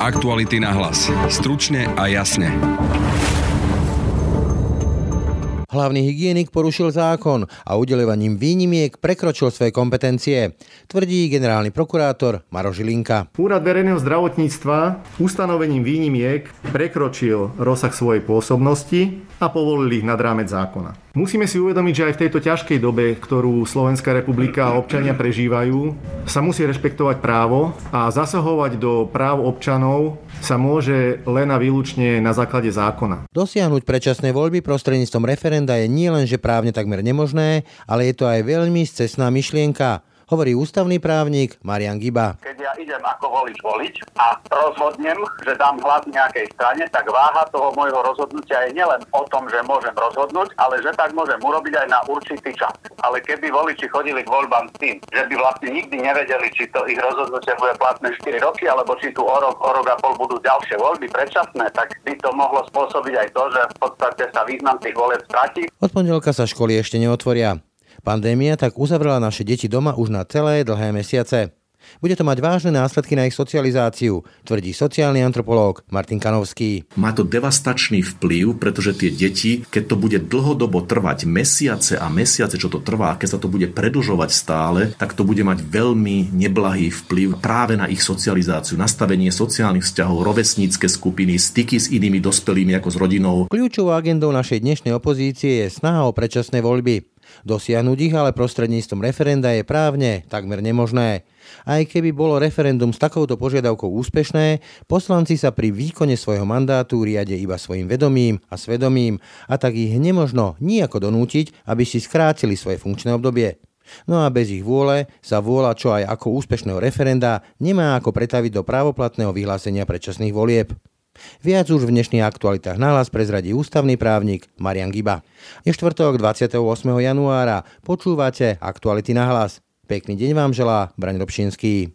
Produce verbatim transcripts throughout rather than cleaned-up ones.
Aktuality na hlas. Stručne a jasne. Hlavný hygienik porušil zákon a udeľovaním výnimiek prekročil svoje kompetencie, tvrdí generálny prokurátor Maroš Žilinka. Úrad verejného zdravotníctva ustanovením výnimiek prekročil rozsah svojej pôsobnosti a povolil ich nad rámec zákona. Musíme si uvedomiť, že aj v tejto ťažkej dobe, ktorú Slovenská republika a občania prežívajú, sa musí rešpektovať právo a zasahovať do práv občanov sa môže len a výlučne na základe zákona. Dosiahnuť predčasné voľby prostredníctvom referenda je nielenže právne takmer nemožné, ale je to aj veľmi scestná myšlienka, hovorí ústavný právnik Marian Giba. Keď ja idem ako volič voliť a rozhodnem, že dám hlas nejakej strane, tak váha toho môjho rozhodnutia je nielen o tom, že môžem rozhodnúť, ale že tak môžem urobiť aj na určitý čas. Ale keby voliči chodili k voľbám s tým, že by vlastne nikdy nevedeli, či to ich rozhodnutie bude platné štyri roky, alebo či tu o rok, o rok a pol budú ďalšie voľby predčasné, tak by to mohlo spôsobiť aj to, že v podstate sa význam tých volieb stratí. Od pondelka sa školy ešte neotvoria. Pandémia tak uzavrela naše deti doma už na celé dlhé mesiace. Bude to mať vážne následky na ich socializáciu, tvrdí sociálny antropológ Martin Kanovský. Má to devastačný vplyv, pretože tie deti, keď to bude dlhodobo trvať mesiace a mesiace, čo to trvá, keď sa to bude predĺžovať stále, tak to bude mať veľmi neblahý vplyv práve na ich socializáciu, nastavenie sociálnych vzťahov, rovesnícke skupiny, styky s inými dospelými ako s rodinou. Kľúčovou agendou našej dnešnej opozície je snaha o predčasné voľby. Dosiahnuť ich ale prostredníctvom referenda je právne takmer nemožné. Aj keby bolo referendum s takouto požiadavkou úspešné, poslanci sa pri výkone svojho mandátu riadia iba svojim vedomím a svedomím a tak ich nemožno nijako donútiť, aby si skrátili svoje funkčné obdobie. No a bez ich vôle sa vôľa čo aj ako úspešného referenda nemá ako pretaviť do právoplatného vyhlásenia predčasných volieb. Viac už v dnešných aktualitách na hlas prezradí ústavný právnik Marian Giba. Je štvrtok dvadsiateho ôsmeho januára. Počúvate Aktuality na hlas. Pekný deň vám želá Braň Robšinský.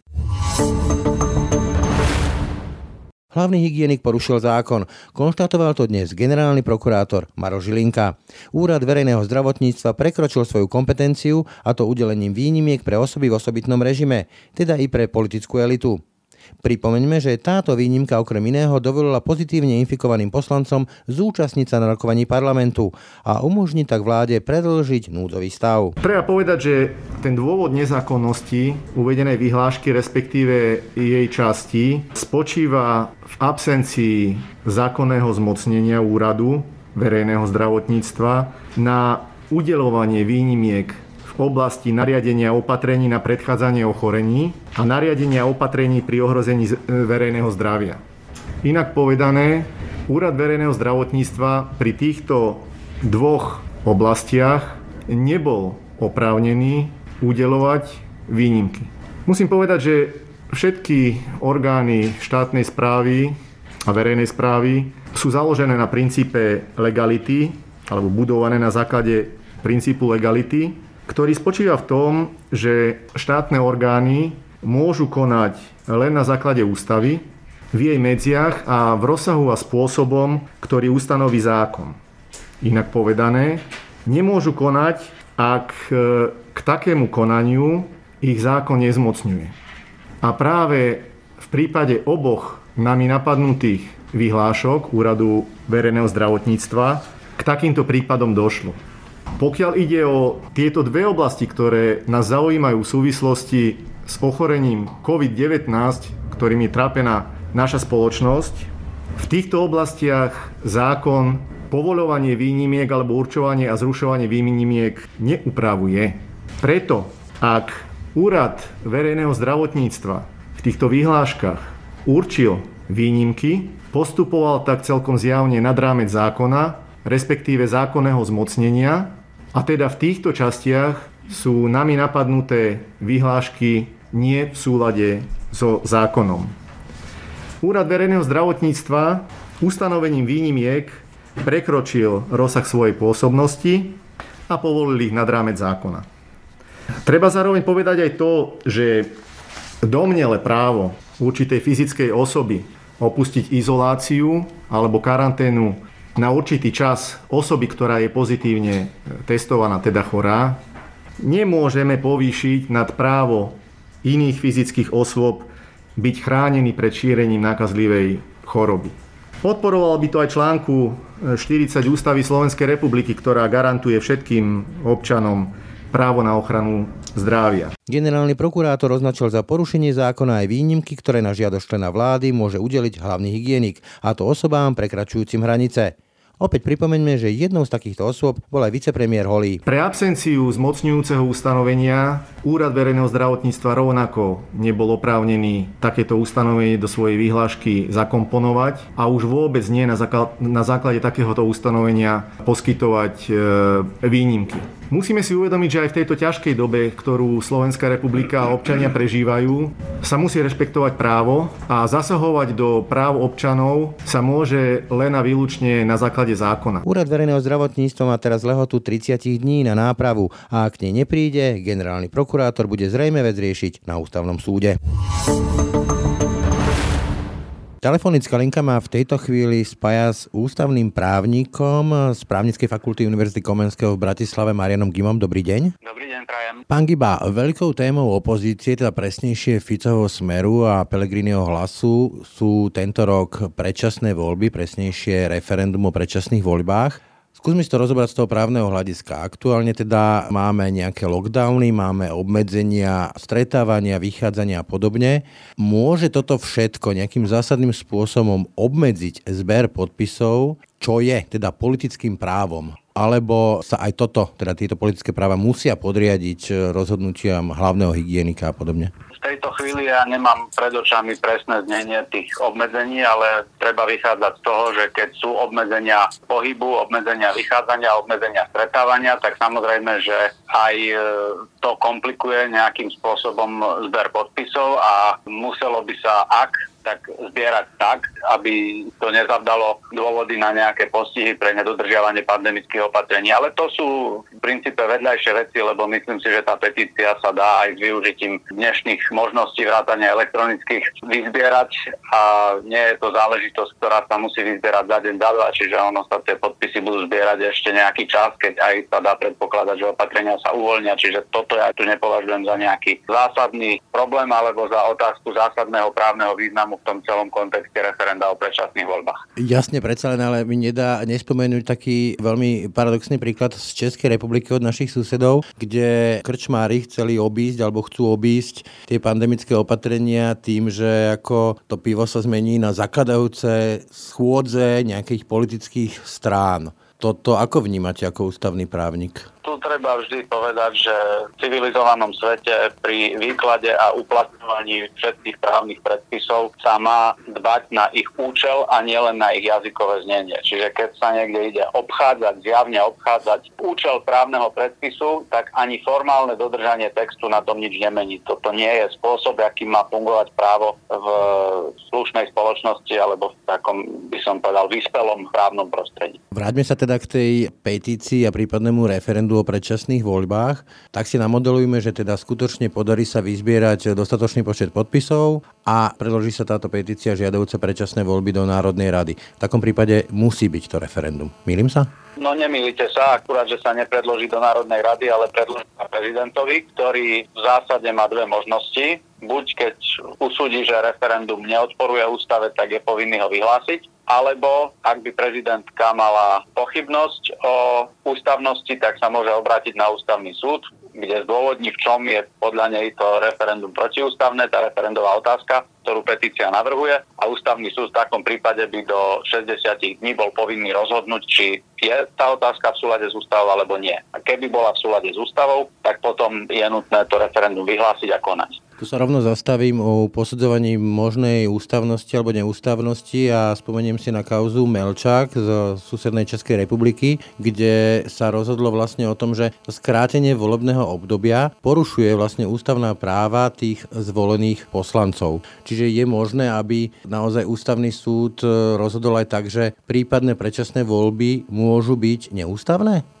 Hlavný hygienik porušil zákon. Konštatoval to dnes generálny prokurátor Maroš Žilinka. Úrad verejného zdravotníctva prekročil svoju kompetenciu, a to udelením výnimiek pre osoby v osobitnom režime, teda i pre politickú elitu. Pripomeňme, že táto výnimka okrem iného dovolila pozitívne infikovaným poslancom zúčastniť sa na rokovaní parlamentu a umožní tak vláde predĺžiť núdzový stav. Treba povedať, že ten dôvod nezákonnosti uvedenej vyhlášky, respektíve jej časti, spočíva v absencii zákonného zmocnenia úradu verejného zdravotníctva na udeľovanie výnimiek v oblasti nariadenia opatrení na predchádzanie ochorení a nariadenia opatrení pri ohrození verejného zdravia. Inak povedané, Úrad verejného zdravotníctva pri týchto dvoch oblastiach nebol oprávnený udeľovať výnimky. Musím povedať, že všetky orgány štátnej správy a verejnej správy sú založené na princípe legality alebo budované na základe princípu legality, ktorý spočíva v tom, že štátne orgány môžu konať len na základe ústavy, v jej medziach a v rozsahu a spôsobom, ktorý ustanoví zákon. Inak povedané, nemôžu konať, ak k takému konaniu ich zákon nezmocňuje. A práve v prípade oboch nami napadnutých vyhlášok Úradu verejného zdravotníctva k takýmto prípadom došlo. Pokiaľ ide o tieto dve oblasti, ktoré nás zaujímajú v súvislosti s ochorením covid devätnásť, ktorým je trápená naša spoločnosť, v týchto oblastiach zákon povoľovanie výnimiek alebo určovanie a zrušovanie výnimiek neupravuje. Preto, ak Úrad verejného zdravotníctva v týchto vyhláškach určil výnimky, postupoval tak celkom zjavne nad rámec zákona, respektíve zákonného zmocnenia, a teda v týchto častiach sú nami napadnuté vyhlášky nie v súlade so zákonom. Úrad verejného zdravotníctva ustanovením výnimiek prekročil rozsah svojej pôsobnosti a povolil ich nad rámec zákona. Treba zároveň povedať aj to, že domnele právo určitej fyzickej osoby opustiť izoláciu alebo karanténu na určitý čas osoby, ktorá je pozitívne testovaná, teda chorá, nemôžeme povýšiť nad právo iných fyzických osôb byť chránený pred šírením nákazlivej choroby. Podporoval by to aj článku štyridsať Ústavy Slovenskej republiky, ktorá garantuje všetkým občanom právo na ochranu zdravia. Generálny prokurátor označil za porušenie zákona aj výnimky, ktoré na žiadosť člena vlády môže udeliť hlavný hygienik, a to osobám prekračujúcim hranice. Opäť pripomeňme, že jednou z takýchto osôb bol aj vicepremiér Holý. Pre absenciu zmocňujúceho ustanovenia Úrad verejného zdravotníctva rovnako nebol oprávnený takéto ustanovenie do svojej vyhlášky zakomponovať a už vôbec nie na základe, na základe takéhoto ustanovenia poskytovať e, výnimky. Musíme si uvedomiť, že aj v tejto ťažkej dobe, ktorú Slovenská republika a občania prežívajú, sa musí rešpektovať právo a zasahovať do práv občanov sa môže len a výlučne na základe zákona. Úrad verejného zdravotníctva má teraz lehotu tridsať dní na nápravu a ak k nej nepríde, generálny prokurátor bude zrejme vec riešiť na ústavnom súde. Telefonická linka má v tejto chvíli spája s ústavným právnikom z Právnickej fakulty Univerzity Komenského v Bratislave Marianom Gimom. Dobrý deň. Dobrý deň, prajem. Pán Giba, veľkou témou opozície, teda presnejšie Ficovho Smeru a Pellegriniho Hlasu, sú tento rok predčasné voľby, presnejšie referendum o predčasných voľbách. Skúsme si to rozobrať z toho právneho hľadiska. Aktuálne teda máme nejaké lockdowny, máme obmedzenia stretávania, vychádzania a podobne. Môže toto všetko nejakým zásadným spôsobom obmedziť zber podpisov, čo je teda politickým právom? Alebo sa aj toto, teda tieto politické práva musia podriadiť rozhodnutiam hlavného hygienika a podobne? V tejto chvíli ja nemám pred očami presné znenie tých obmedzení, ale treba vychádzať z toho, že keď sú obmedzenia pohybu, obmedzenia vychádzania, obmedzenia stretávania, tak samozrejme, že aj to komplikuje nejakým spôsobom zber podpisov a muselo by sa, ak tak zbierať tak, aby to nezavdalo dôvody na nejaké postihy pre nedodržiavanie pandemických opatrení. Ale to sú v princípe vedľajšie veci, lebo myslím si, že tá petícia sa dá aj s využitím dnešných možností vrátania elektronických vyzbierať a nie je to záležitosť, ktorá sa musí vyzbierať za deň, za dva, čiže ono sa tie podpisy budú zbierať ešte nejaký čas, keď aj sa dá predpokladať, že opatrenia sa uvoľnia, čiže toto ja tu nepovažujem za nejaký zásadný problém alebo za otázku zásadného právneho významu v tom celom kontexte referenda o predčasných voľbách. Jasne, predsa len, ale mi nedá nespomenúť taký veľmi paradoxný príklad z Českej republiky od našich susedov, kde krčmári chceli obísť alebo chcú obísť tie pandemické opatrenia tým, že ako to pivo sa zmení na zakladajúce schôdze nejakých politických strán. Toto ako vnímate ako ústavný právnik? Tu treba vždy povedať, že v civilizovanom svete pri výklade a uplatňovaní všetkých právnych predpisov sa má dbať na ich účel a nielen na ich jazykové znenie. Čiže keď sa niekde ide obchádzať, zjavne obchádzať účel právneho predpisu, tak ani formálne dodržanie textu na tom nič nemení. Toto nie je spôsob, akým má fungovať právo v slušnej spoločnosti alebo v takom, by som povedal, vyspelom právnom prostredí. Vráťme sa teda k tej petícii a prípadnému referendu o predčasných voľbách, tak si namodelujme, že teda skutočne podarí sa vyzbierať dostatočný počet podpisov a predloží sa táto petícia žiadajúce predčasné voľby do Národnej rady. V takom prípade musí byť to referendum. Mýlim sa? No nemýlite sa, akurát, že sa nepredloží do Národnej rady, ale predloží sa prezidentovi, ktorý v zásade má dve možnosti. Buď keď usúdi, že referendum neodporuje ústave, tak je povinný ho vyhlásiť, alebo ak by prezidentka mala pochybnosť o ústavnosti, tak sa môže obrátiť na ústavný súd, kde zdôvodní, v čom je podľa nej to referendum protiústavné, tá referendová otázka, ktorú petícia navrhuje, a ústavný súd v takom prípade by do šesťdesiat dní bol povinný rozhodnúť, či je tá otázka v súlade s ústavou alebo nie. A keby bola v súlade s ústavou, tak potom je nutné to referendum vyhlásiť a konať. Tu sa rovno zastavím o posudzovaní možnej ústavnosti alebo neústavnosti a spomeniem si na kauzu Melčák z susednej Českej republiky, kde sa rozhodlo vlastne o tom, že skrátenie volebného obdobia porušuje vlastne ústavná práva tých zvolených poslancov. Čiže je možné, aby naozaj ústavný súd rozhodol aj tak, že prípadné predčasné voľby môžu byť neústavné?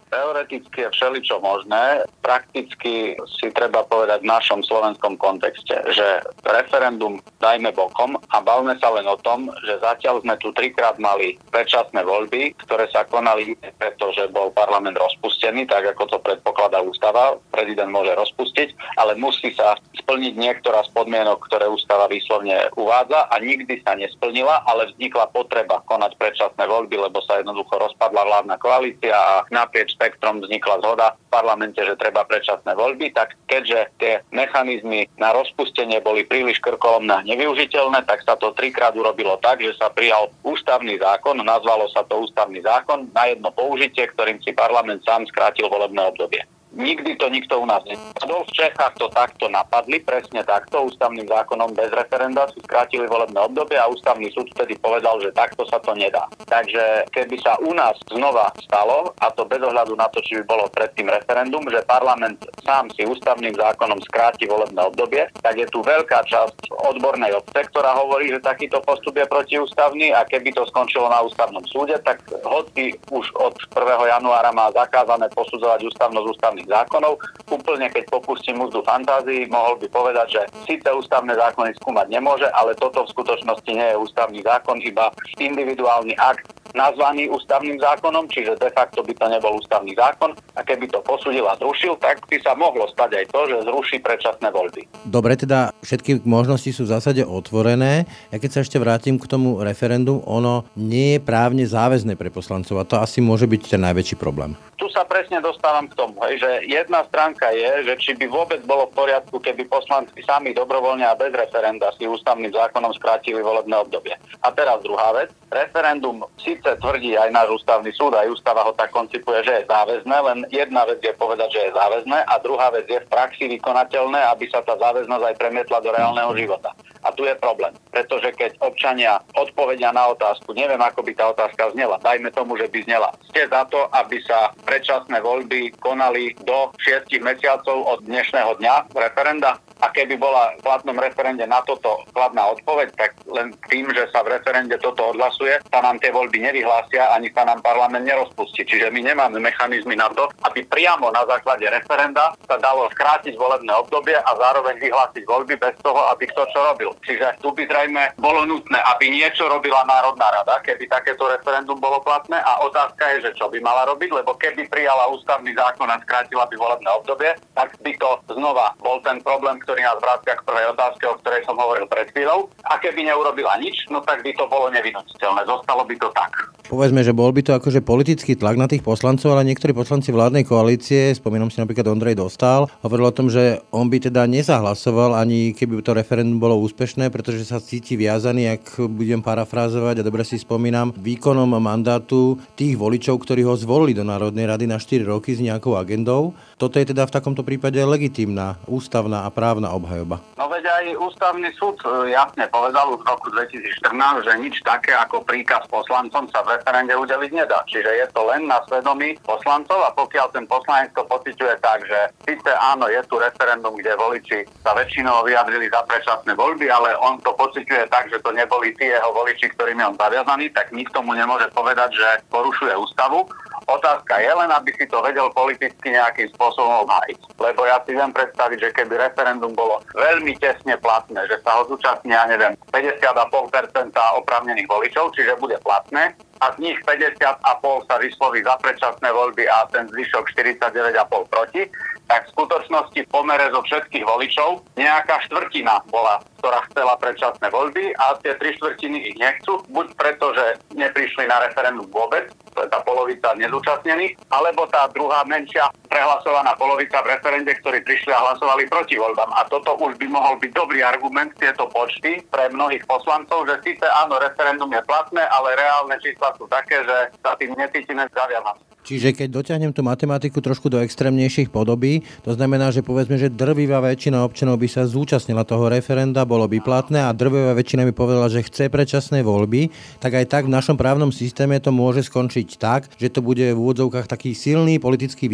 Teoreticky je všeličo možné, prakticky si treba povedať v našom slovenskom kontexte, že referendum dajme bokom a bavme sa len o tom, že zatiaľ sme tu trikrát mali predčasné voľby, ktoré sa konali, pretože bol parlament rozpustený, tak ako to predpokladá ústava. Prezident môže rozpustiť, ale musí sa splniť niektorá z podmienok, ktoré ústava výslovne uvádza a nikdy sa nesplnila, ale vznikla potreba konať predčasné voľby, lebo sa jednoducho rozpadla vládna koalícia a naprieč spektrom vznikla zhoda v parlamente, že treba predčasné voľby, tak keďže tie mechanizmy na rozpustenie boli príliš krkolomné a nevyužiteľné, tak sa to trikrát urobilo tak, že sa prijal ústavný zákon, nazvalo sa to ústavný zákon na jedno použitie, ktorým si parlament sám skrátil volebné obdobie. Nikdy to nikto u nás nepadol. V Čechách to takto napadli, presne takto, ústavným zákonom bez referenda si skrátili volebné obdobie a ústavný súd vtedy povedal, že takto sa to nedá. Takže keby sa u nás znova stalo, a to bez ohľadu na to, či by bolo predtým referendum, že parlament sám si ústavným zákonom skráti volebné obdobie, tak je tu veľká časť odbornej obce, ktorá hovorí, že takýto postup je protiústavný a keby to skončilo na ústavnom súde, tak hoci už od prvého januára má zakázané posudzovať ústavnosť ústavných zákonov. Úplne, keď popustím úzdu fantázii, mohol by povedať, že síce ústavné zákony skúmať nemôže, ale toto v skutočnosti nie je ústavný zákon, iba individuálny akt nazvaný ústavným zákonom, čiže de facto by to nebol ústavný zákon a keby to posúdil a zrušil, tak by sa mohlo stať aj to, že zruší predčasné voľby. Dobre, teda všetky možnosti sú v zásade otvorené. Ja keď sa ešte vrátim k tomu referendum, ono nie je právne záväzné pre poslancov a to asi môže byť ten najväčší problém. Tu sa presne dostávam k tomu, hej, že jedna stránka je, že či by vôbec bolo v poriadku, keby poslanci sami dobrovoľne a bez referenda si ústavným zákonom skrátili volebné obdobie. A teraz druhá vec. Referendum síce tvrdí aj náš ústavný súd, aj ústava ho tak koncipuje, že je záväzné, len jedna vec je povedať, že je záväzné a druhá vec je v praxi vykonateľné, aby sa tá záväznosť aj premietla do reálneho života. A tu je problém, pretože keď občania odpovedia na otázku, neviem, ako by tá otázka znela, dajme tomu, že by znela, ste za to, aby sa predčasné voľby konali do šiestich mesiacov od dnešného dňa referenda? A keby bola v platnom referende na toto kladná odpoveď, tak len tým, že sa v referende toto odhlasuje, sa nám tie voľby nevyhlásia, ani sa nám parlament nerozpustí. Čiže my nemáme mechanizmy na to, aby priamo na základe referenda sa dalo skrátiť volebné obdobie a zároveň vyhlásiť voľby bez toho, aby kto čo robil. Čiže tu by zrejme bolo nutné, aby niečo robila Národná rada, keby takéto referendum bolo platné a otázka je, že čo by mala robiť, lebo keby prijala ústavný zákon a skrátila by volebné obdobie, tak by to znova bol ten problém, ktorý nás vrácia k prvej otázke, o ktorej som hovoril pred chvíľou. A keby neurobila nič, no tak by to bolo nevyhnutiteľné. Zostalo by to tak. Povedzme, že bol by to akože politický tlak na tých poslancov, ale niektorí poslanci vládnej koalície, spomínam si napríklad Ondrej Dostál, hovoril o tom, že on by teda nezahlasoval, ani keby to referendum bolo úspešné, pretože sa cíti viazaný, ak budem parafrázovať a dobre si spomínam, výkonom mandátu tých voličov, ktorí ho zvolili do Národnej rady na štyri roky s nejakou agendou. Toto je teda v takomto prípade legitímna, ústavná a právna obhajoba. No veď aj ústavný súd jasne povedal už v roku dvetisícštrnásť, že nič také ako príkaz poslancom sa v referende udeliť nedá. Čiže je to len na svedomí poslancov a pokiaľ ten poslanec to pociťuje tak, že síce áno, je tu referendum, kde voliči sa väčšinou vyjadrili za predčasné voľby, ale on to pociťuje tak, že to neboli tí jeho voliči, ktorým je on zaviazaný, tak nikto mu nemôže povedať, že porušuje ústavu. Otázka je len, aby si to vedel politicky nejakým spôsobom obhájiť. Lebo ja si viem predstaviť, že keby referendum bolo veľmi tesne platné, že sa ho zúčastní, ja neviem, päťdesiat celá päť percenta oprávnených voličov, čiže bude platné, a z nich päťdesiat celá päť sa vysloví za predčasné voľby a ten zvyšok štyridsaťdeväť celá päť proti, tak v skutočnosti v pomere zo všetkých voličov nejaká štvrtina bola, ktorá chcela predčasné voľby a tie tri štvrtiny ich nechcú, buď preto, že neprišli na referendum vôbec, to je tá polovica nezúčastnených, alebo tá druhá menšia prehlasovaná polovica v referende, ktorí prišli a hlasovali proti voľbám. A toto už by mohol byť dobrý argument, tieto počty pre mnohých poslancov, že síce áno, referendum je platné, ale reálne čísla sú také, že sa tým necítime zaviazaní. Čiže keď dotiahnem tú matematiku trošku do extrémnejších podobí, to znamená, že povedzme, že drvivá väčšina občanov by sa zúčastnila toho referenda, bolo by platné a drvivá väčšina by povedala, že chce predčasné voľby, tak aj tak v našom právnom systéme to môže skončiť tak, že to bude v úvodzovkách taký silný politický výkrik bez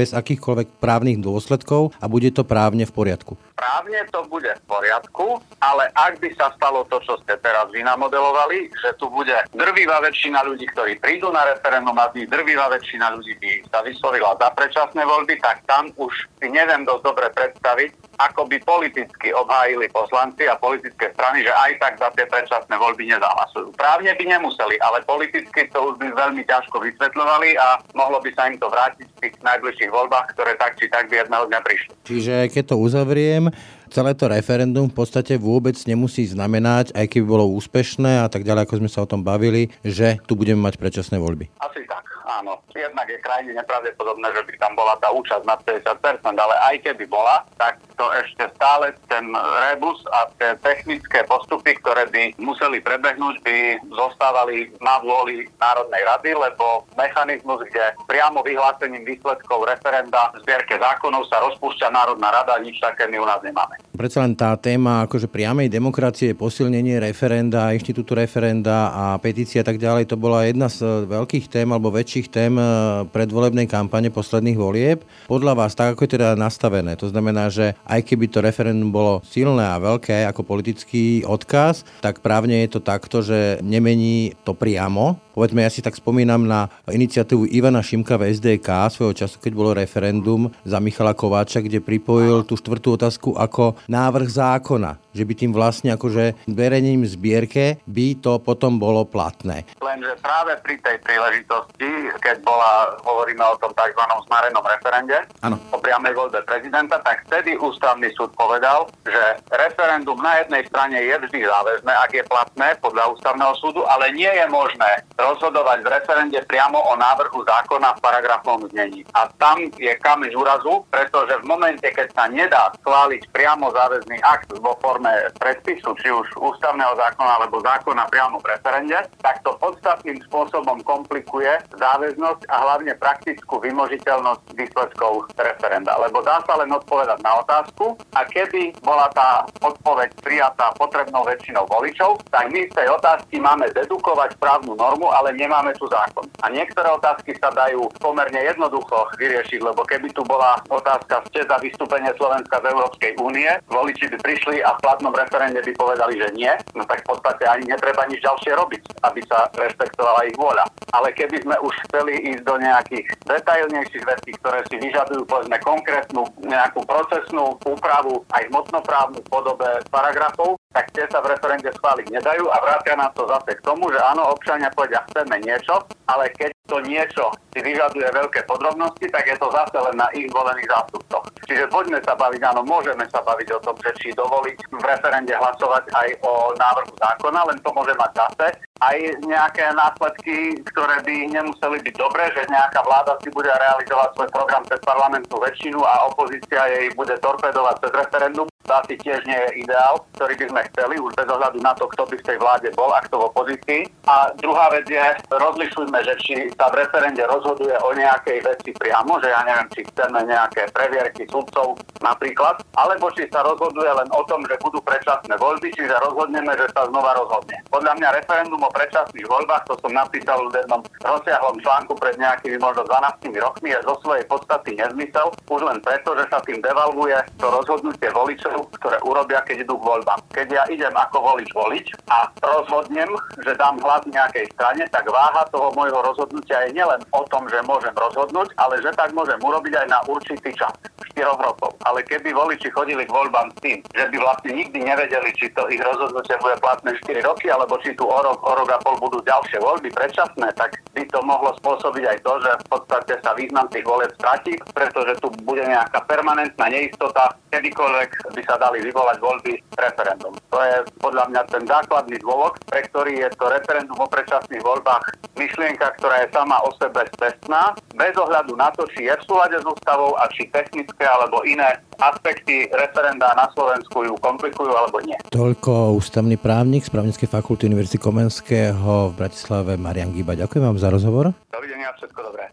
bez akýchkoľvek právnych dôsledkov a bude to právne v poriadku. Právne to bude v poriadku, ale ak by sa stalo to, čo ste teraz vy namodelovali, že tu bude drvivá väčšina ľudí, ktorí prídu na referendum a drvivá väčšina ľudí by sa vyslovila za predčasné voľby, tak tam už si neviem dosť dobre predstaviť, ako by politicky obhájili poslanci a politické strany, že aj tak za tie predčasné voľby nezahlasujú. Právne by nemuseli, ale politicky to už by veľmi ťažko vysvetľovali a mohlo by sa im to vrátiť v tých najbližších voľbách, ktoré tak či tak by jedného dňa prišli. Čiže keď to uzavriem, celé to referendum v podstate vôbec nemusí znamenať, aj keby bolo úspešné a tak ďalej, ako sme sa o tom bavili, že tu budeme mať predčasné voľby. Asi tak, áno. Jednak je krajine nepravdepodobné, že by tam bola tá účasť na päťdesiat percent, ale aj keby bola, tak to ešte stále ten rebus a tie technické postupy, ktoré by museli prebehnúť, by zostávali na vôli Národnej rady, lebo mechanizmus, kde priamo vyhlásením výsledkov referenda v zbierke zákonov sa rozpúšťa Národná rada, nič také my u nás nemáme. Predsa len tá téma akože priamej demokracie, posilnenie referenda, inštitútu referenda a petície a tak ďalej, to bola jedna z veľkých tém alebo väčších tém predvolebnej kampane posledných volieb. Podľa vás, tak ako je teda nastavené, to znamená, že aj keby to referendum bolo silné a veľké ako politický odkaz, tak právne je to takto, že nemení to priamo. Povedzme, ja si tak spomínam na iniciatívu Ivana Šimka v es dé ká svojho času, keď bolo referendum za Michala Kováča, kde pripojil tú štvrtú otázku ako návrh zákona, že by tým vlastne akože zverejnením zbierke by to potom bolo platné. Lenže práve pri tej príležitosti, keď bola, hovoríme o tom tzv. Zmarenom referende, ano, o priamej voľbe prezidenta, tak vtedy ústavný súd povedal, že referendum na jednej strane je vždy záväzné, ak je platné podľa ústavného súdu, ale nie je možné rozhodovať v referende priamo o návrhu zákona v paragrafnom znení. A tam je kameň úrazu, pretože v momente, keď sa nedá schváliť priamo záväzný akt vo forme predpisu, či už ústavného zákona alebo zákona priamo v referende, tak to podstatným spôsobom komplikuje záväznosť a hlavne praktickú vymožiteľnosť výsledkov referenda. Lebo dá sa len odpovedať na otázku a keby bola tá odpoveď prijatá potrebnou väčšinou voličov, tak my z tej otázky máme dedukovať právnu normu, ale nemáme tu zákon. A niektoré otázky sa dajú pomerne jednoducho vyriešiť, lebo keby tu bola otázka, ste za vystúpenie Slovenska z Európskej únie, voliči by prišli a v platnom referende by povedali, že nie, no tak v podstate ani netreba nič ďalšie robiť, aby sa rešpektovala ich vôľa. Ale keby sme už chceli ísť do nejakých detailnejších vecí, ktoré si vyžadujú povedzme konkrétnu nejakú procesnú úpravu aj hmotnoprávnu v podobe paragrafov, tak tie sa v referende schváliť nedajú a vrátia nás to zase k tomu, že áno, občania povedia, chceme niečo, ale keď to niečo si vyžaduje veľké podrobnosti, tak je to zase len na ich volených zástupcoch. Čiže poďme sa baviť, áno, môžeme sa baviť o tom, že či dovoliť v referende hlasovať aj o návrhu zákona, len to môže mať zase aj nejaké následky, ktoré by nemuseli byť dobré, že nejaká vláda si bude realizovať svoj program cez parlamentnú väčšinu a opozícia jej bude torpedovať cez referendum. To asi tiež nie je ideál, ktorý by sme chceli, už bez ohľadu na to, kto by v tej vláde bol a kto v opozícii. A druhá vec je, rozlišujme, že či sa v referende rozhoduje o nejakej veci priamo, že ja neviem, či chceme nejaké previerky sudcov napríklad, alebo či sa rozhoduje len o tom, že budú predčasné voľby, čiže rozhodneme, že sa znova rozhodne. Podľa mňa referendum o predčasných voľbách, to som napísal v jednom rozsiahlom článku pred nejakými možno dvanástimi rokmi, je zo svojej podstaty nezmysel, už len preto, že sa tým devalvuje to rozhodnutie voličov, ktoré urobia, keď idú k voľbám. Keď ja idem ako volič volič a rozhodnem, že dám hlas nejakej strane, tak váha toho môjho rozhodnutia je nielen o tom, že môžem rozhodnúť, ale že tak môžem urobiť aj na určitý čas, štyroch rokov. Ale keby voliči chodili k voľbám s tým, že by vlastne nikdy nevedeli, či to ich rozhodnutie bude platné štyri roky, alebo či tu o rok, o rok a pol budú ďalšie voľby predčasné, tak by to mohlo spôsobiť aj to, že v podstate sa význam tých volieb stratí, pretože tu bude nejaká permanentná neistota, kedykoľvek by sa dali vyvolať voľby referendum. To je podľa mňa ten základný dôvod, pre ktorý je to referendum o predčasných voľbách myšlienka, ktorá je sama o sebe cestná, bez ohľadu na to, či je v súlade s ústavou a či technické alebo iné aspekty referenda na Slovensku ju komplikujú alebo nie. Toľko ústavný právnik z Právnickej fakulty Univerzity Komenského v Bratislave Marian Giba. Ďakujem vám za rozhovor. Dovidenia, všetko dobré.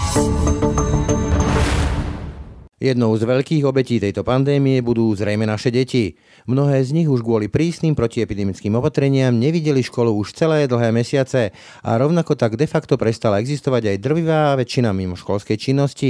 Jednou z veľkých obetí tejto pandémie budú zrejme naše deti. Mnohé z nich už kvôli prísnym protiepidemickým opatreniam nevideli školu už celé dlhé mesiace a rovnako tak de facto prestala existovať aj drvivá väčšina mimoškolskej činnosti.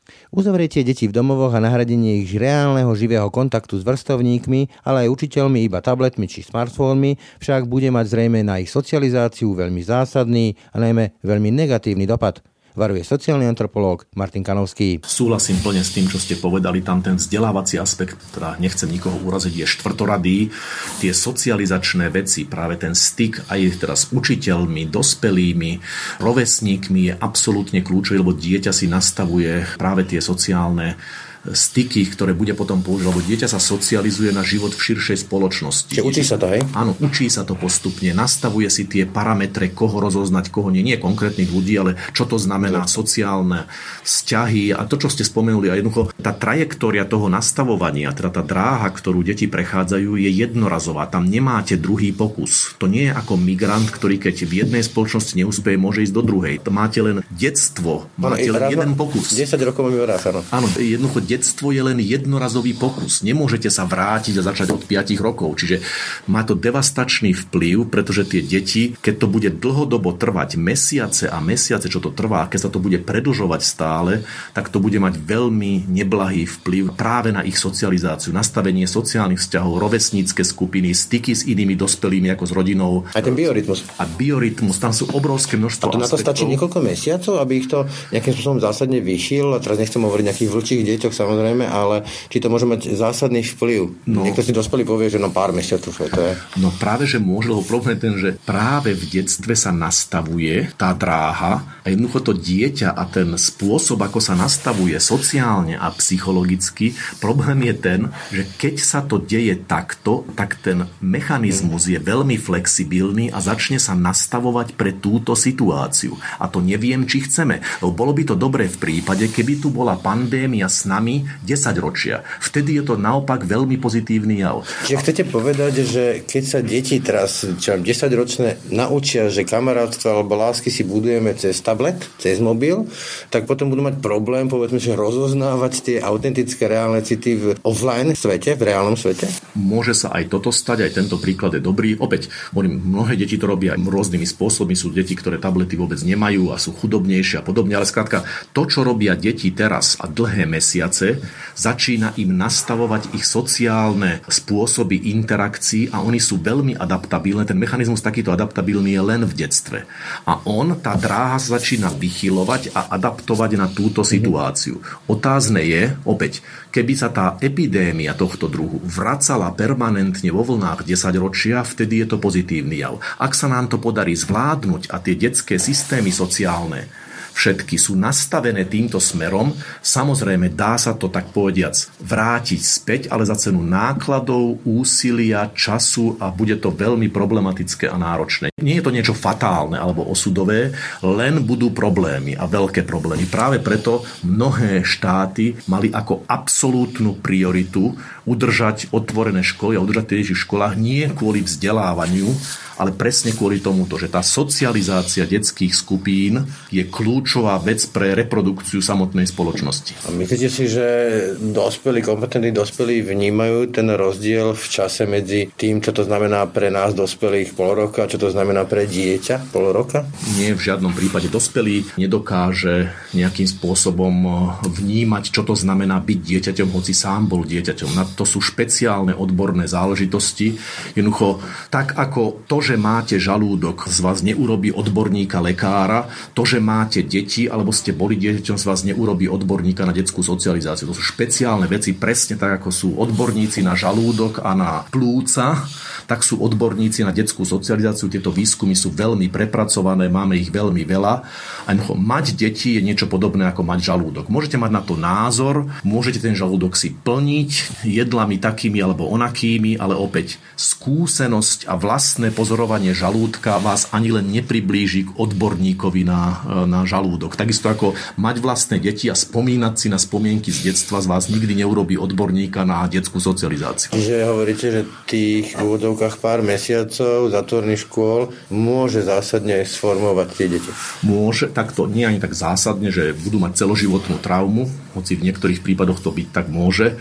Uzavretie detí v domovoch a nahradenie ich reálneho živého kontaktu s vrstovníkmi, ale aj učiteľmi iba tabletmi či smartfónmi však bude mať zrejme na ich socializáciu veľmi zásadný a najmä veľmi negatívny dopad. Varuje sociálny antropológ Martin Kanovský. Súhlasím plne s tým, čo ste povedali. Tam ten vzdelávací aspekt, teda nechcem nikoho uraziť, je štvrtoradý. Tie socializačné veci, práve ten styk aj teda s učiteľmi, dospelými, rovesníkmi je absolútne kľúčový, lebo dieťa si nastavuje práve tie sociálne styky, ktoré bude potom používať, lebo dieťa sa socializuje na život v širšej spoločnosti. Čiže učí sa to, hej? Áno, učí sa to postupne, nastavuje si tie parametre, koho rozoznať, koho nie, nie konkrétnych ľudí, ale čo to znamená sociálne vzťahy a to, čo ste spomenuli. A jednoducho tá trajektória toho nastavovania, teda tá dráha, ktorú deti prechádzajú, je jednorazová. Tam nemáte druhý pokus. To nie je ako migrant, ktorý keď v jednej spoločnosti neúspeje, môže ísť do druhej. To máte len detstvo, máte len jeden pokus. desať rokov mi raz, áno. Áno, jednoducho detstvo je len jednorazový pokus. Nemôžete sa vrátiť a začať od piatich rokov. Čiže má to devastačný vplyv, pretože tie deti, keď to bude dlhodobo trvať mesiace a mesiace, čo to trvá, keď sa to bude predĺžovať stále, tak to bude mať veľmi neblahý vplyv práve na ich socializáciu, nastavenie sociálnych vzťahov, rovesnícke skupiny, styky s inými dospelými ako s rodinou. Aj ten biorytmus. A biorytmus, tam sú obrovské množstvo aspektov. A to na to stačí niekoľko mesiacov, aby ich to nejakým spôsobom zásadne vyšil. A teraz nechcem hovoriť o nejakých vlčích deťoch, samozrejme, ale či to môže mať zásadný vplyv. No, niekto si dospelý povie, že no pár mesiacov to je. No práve, že môže, lebo problém je ten, že práve v detstve sa nastavuje tá dráha a jednoducho to dieťa a ten spôsob, ako sa nastavuje sociálne a psychologicky, problém je ten, že keď sa to deje takto, tak ten mechanizmus je veľmi flexibilný a začne sa nastavovať pre túto situáciu. A to neviem, či chceme. Lebo bolo by to dobré v prípade, keby tu bola pandémia s nami desaťročia. Vtedy je to naopak veľmi pozitívny jav. Čiže chcete povedať, že keď sa deti teraz, čo desaťročné, naučia, že kamarátstvo alebo lásky si budujeme cez tablet, cez mobil, tak potom budú mať problém, povedzme, že rozoznávať tie autentické reálne city v offline svete, v reálnom svete? Môže sa aj toto stať, aj tento príklad je dobrý. Opäť, hovorím, mnohé deti to robia rôznymi spôsobmi. Sú deti, ktoré tablety vôbec nemajú a sú chudobnejšie a podobne. Ale skrátka, to, čo robia deti teraz a dlhé mesiace, začína im nastavovať ich sociálne spôsoby interakcií a oni sú veľmi adaptabilné. Ten mechanizmus takýto adaptabilný je len v detstve. A on, tá dráha sa začína vychylovať a adaptovať na túto situáciu. Otázne je, opäť, keby sa tá epidémia tohto druhu vracala permanentne vo vlnách desaťročia, vtedy je to pozitívny jav. Ak sa nám to podarí zvládnuť a tie detské systémy sociálne všetky sú nastavené týmto smerom, samozrejme dá sa to tak povediac vrátiť späť, ale za cenu nákladov, úsilia, času a bude to veľmi problematické a náročné. Nie je to niečo fatálne alebo osudové, len budú problémy a veľké problémy. Práve preto mnohé štáty mali ako absolútnu prioritu udržať otvorené školy a udržať tie deti v školách nie kvôli vzdelávaniu, ale presne kvôli tomuto, že tá socializácia detských skupín je kľúčová vec pre reprodukciu samotnej spoločnosti. A myslíte si, že dospelí, kompetentní dospelí vnímajú ten rozdiel v čase medzi tým, čo to znamená pre nás dospelých pol roka a čo to znamená pre dieťa pol roka? Nie, v žiadnom prípade. Dospelý nedokáže nejakým spôsobom vnímať, čo to znamená byť dieťaťom, hoci sám bol dieťaťom. Na to sú špeciálne odborné záležitosti. Jednoducho, tak ako to, že máte žalúdok, z vás neurobí odborníka lekára, to, že máte deti alebo ste boli dieťaťom, z vás neurobí odborníka na detskú socializáciu. To sú špeciálne veci, presne tak, ako sú odborníci na žalúdok a na plúca, tak sú odborníci na detskú socializáciu. Tieto výskumy sú veľmi prepracované, máme ich veľmi veľa. A mať deti je niečo podobné ako mať žalúdok. Môžete mať na to názor, môžete ten žalúdok si plniť jedlami takými alebo onakými, ale opäť skúsenosť a vlastné pozorovanie žalúdka vás ani len nepriblíži k odborníkovi na, na žalúdok. Takisto ako mať vlastné deti a spomínať si na spomienky z detstva z vás nikdy neurobí odborníka na detskú socializáciu. Čiže hovoríte, že tých v úvodovkách pár mesiacov zatvorných škôl môže zásadne sformovať tie deti? Môže, takto nie ani tak zásadne, že budú mať celoživotnú traumu, hoci v niektorých prípadoch to byť tak môže.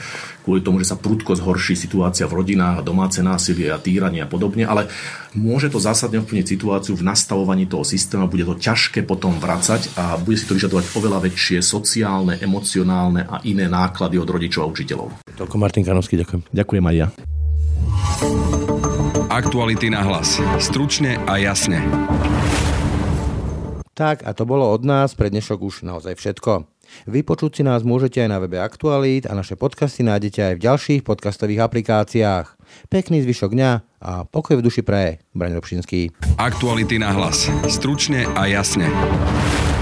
kvôli tomu, že sa prudko zhorší situácia v rodinách, domáce násilie a týranie a podobne, ale môže to zásadne ovplyvniť situáciu v nastavovaní toho systému, bude to ťažké potom vracať a bude si to vyžadovať oveľa väčšie sociálne, emocionálne a iné náklady od rodičov a učiteľov. Toľko Martin Kanovský, ďakujem. Ďakujem aj ja. Aktuality na hlas. Stručne a jasne. Tak a to bolo od nás pre dnešok už naozaj všetko. Vypočuť si nás môžete aj na webe Aktualít a naše podcasty nájdete aj v ďalších podcastových aplikáciách. Pekný zvyšok dňa a pokoj v duši praje. Braň Robšinský. Aktuality na hlas. Stručne a jasne.